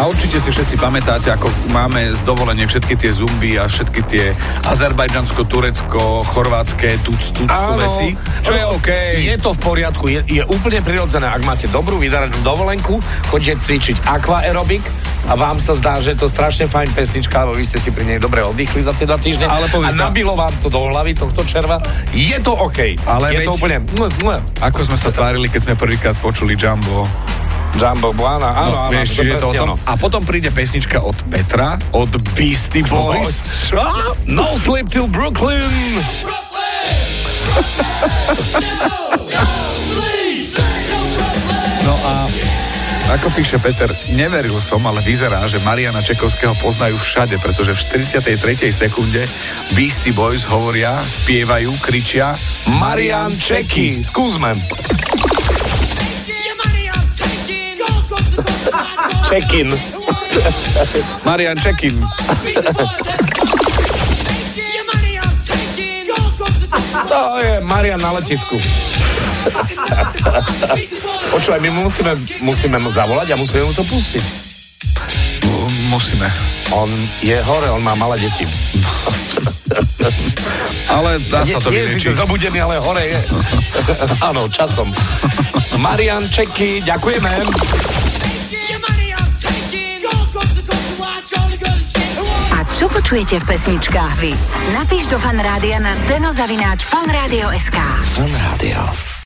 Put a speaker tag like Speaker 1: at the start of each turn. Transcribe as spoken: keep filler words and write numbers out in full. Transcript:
Speaker 1: určite si všetci pamätáte, ako máme z dovoleniek všetky tie zumby a všetky tie azerbajdžansko-turecko, chorvátske, tuc, tuc veci. Čo je OK.
Speaker 2: Je to v poriadku, je, je úplne prirodzené, ak máte dobrú vydaranú dovolenku, choďte cvičiť aqua aerobik a vám sa zdá, že je to strašne fajn pesnička, lebo vy ste si pri nej dobre oddychli za tie dva týždne a
Speaker 1: sa...
Speaker 2: nabilo vám to do hlavy tohto červa. Je to OK.
Speaker 1: Ale
Speaker 2: je
Speaker 1: veď,
Speaker 2: to úplne...
Speaker 1: Ako sme sa tvárili, keď sme prvýkrát počuli Jumbo.
Speaker 2: Jumbo Buana, áno,
Speaker 1: no,
Speaker 2: áno.
Speaker 1: Vieš, čiže to o tom. A potom príde pesnička od Petra, od Beastie Boys.
Speaker 2: Čo? No Sleep Till Brooklyn.
Speaker 1: No a ako píše Peter, neveril som, ale vyzerá, že Mariana Čekovského poznajú všade, pretože v štyridsiatej tretej sekunde Beastie Boys hovoria, spievajú, kričia Marian Čeky.
Speaker 2: Skúsme. Check-in.
Speaker 1: Marian Check-in.
Speaker 2: To je Marian na letisku. Počúvaj, my musíme, musíme mu zavolať a musíme mu to pustiť.
Speaker 1: Musíme.
Speaker 2: On je hore, on má malé deti.
Speaker 1: Ale dá sa to vyliečiť.
Speaker 2: Nie si to zobudený, ale hore je. Áno, časom. Marian Čeky, ďakujeme.
Speaker 3: Čo počujete v pesničkách vy? Napíš do Fan Rádia na steno zavináč fanradio bodka es ká.
Speaker 4: Fan Rádio.